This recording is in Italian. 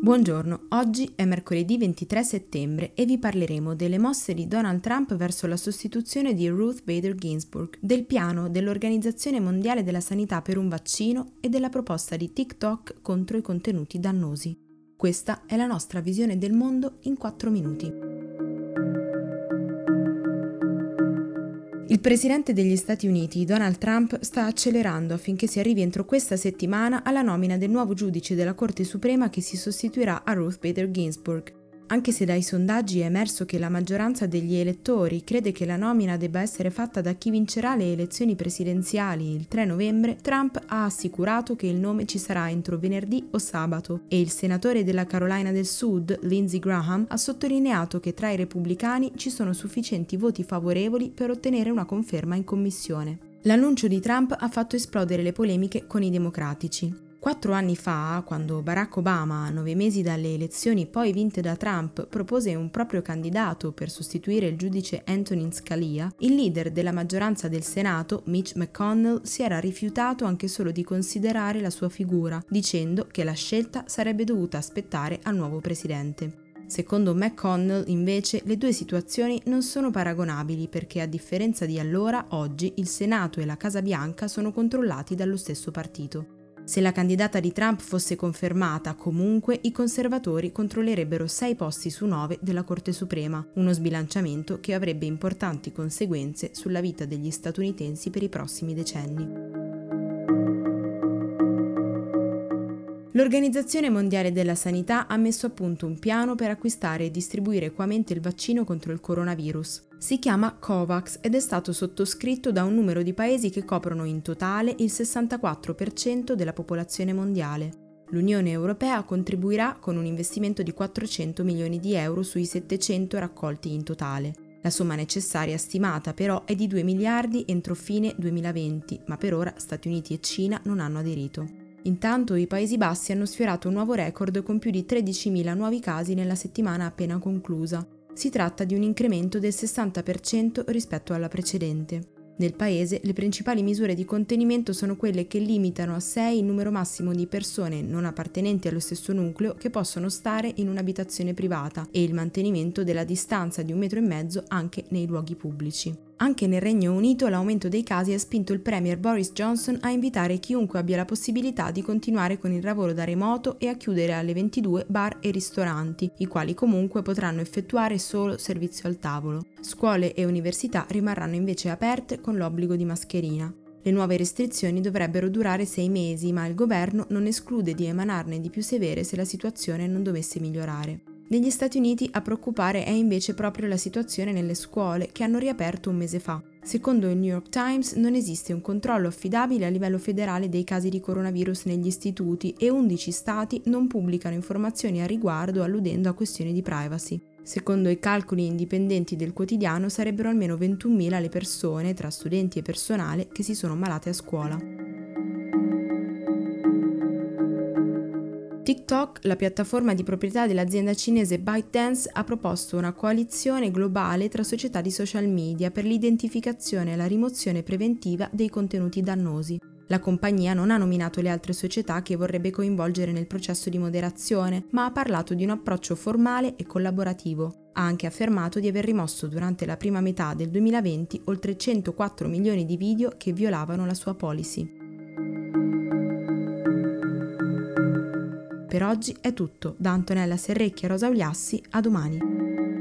Buongiorno, oggi è mercoledì 23 settembre e vi parleremo delle mosse di Donald Trump verso la sostituzione di Ruth Bader Ginsburg, del piano dell'Organizzazione Mondiale della Sanità per un vaccino e della proposta di TikTok contro i contenuti dannosi. Questa è la nostra visione del mondo in 4 minuti. Il presidente degli Stati Uniti, Donald Trump, sta accelerando affinché si arrivi entro questa settimana alla nomina del nuovo giudice della Corte Suprema che si sostituirà a Ruth Bader Ginsburg. Anche se dai sondaggi è emerso che la maggioranza degli elettori crede che la nomina debba essere fatta da chi vincerà le elezioni presidenziali il 3 novembre, Trump ha assicurato che il nome ci sarà entro venerdì o sabato e il senatore della Carolina del Sud, Lindsey Graham, ha sottolineato che tra i repubblicani ci sono sufficienti voti favorevoli per ottenere una conferma in commissione. L'annuncio di Trump ha fatto esplodere le polemiche con i democratici. 4 anni fa, quando Barack Obama, a 9 mesi dalle elezioni poi vinte da Trump, propose un proprio candidato per sostituire il giudice Antonin Scalia, il leader della maggioranza del Senato, Mitch McConnell, si era rifiutato anche solo di considerare la sua figura, dicendo che la scelta sarebbe dovuta aspettare al nuovo presidente. Secondo McConnell, invece, le due situazioni non sono paragonabili perché, a differenza di allora, oggi il Senato e la Casa Bianca sono controllati dallo stesso partito. Se la candidata di Trump fosse confermata, comunque, i conservatori controllerebbero 6 posti su 9 della Corte Suprema, uno sbilanciamento che avrebbe importanti conseguenze sulla vita degli statunitensi per i prossimi decenni. L'Organizzazione Mondiale della Sanità ha messo a punto un piano per acquistare e distribuire equamente il vaccino contro il coronavirus. Si chiama COVAX ed è stato sottoscritto da un numero di paesi che coprono in totale il 64% della popolazione mondiale. L'Unione Europea contribuirà con un investimento di 400 milioni di euro sui 700 raccolti in totale. La somma necessaria stimata però è di 2 miliardi entro fine 2020, ma per ora Stati Uniti e Cina non hanno aderito. Intanto i Paesi Bassi hanno sfiorato un nuovo record con più di 13.000 nuovi casi nella settimana appena conclusa. Si tratta di un incremento del 60% rispetto alla precedente. Nel paese le principali misure di contenimento sono quelle che limitano a 6 il numero massimo di persone non appartenenti allo stesso nucleo che possono stare in un'abitazione privata e il mantenimento della distanza di 1,5 metri anche nei luoghi pubblici. Anche nel Regno Unito l'aumento dei casi ha spinto il premier Boris Johnson a invitare chiunque abbia la possibilità di continuare con il lavoro da remoto e a chiudere alle 22 bar e ristoranti, i quali comunque potranno effettuare solo servizio al tavolo. Scuole e università rimarranno invece aperte con l'obbligo di mascherina. Le nuove restrizioni dovrebbero durare 6 mesi, ma il governo non esclude di emanarne di più severe se la situazione non dovesse migliorare. Negli Stati Uniti a preoccupare è invece proprio la situazione nelle scuole, che hanno riaperto un mese fa. Secondo il New York Times non esiste un controllo affidabile a livello federale dei casi di coronavirus negli istituti e 11 stati non pubblicano informazioni a riguardo alludendo a questioni di privacy. Secondo i calcoli indipendenti del quotidiano sarebbero almeno 21.000 le persone, tra studenti e personale, che si sono ammalate a scuola. TikTok, la piattaforma di proprietà dell'azienda cinese ByteDance, ha proposto una coalizione globale tra società di social media per l'identificazione e la rimozione preventiva dei contenuti dannosi. La compagnia non ha nominato le altre società che vorrebbe coinvolgere nel processo di moderazione, ma ha parlato di un approccio formale e collaborativo. Ha anche affermato di aver rimosso durante la prima metà del 2020 oltre 104 milioni di video che violavano la sua policy. Per oggi è tutto. Da Antonella Serrecchia e Rosa Uliassi, a domani.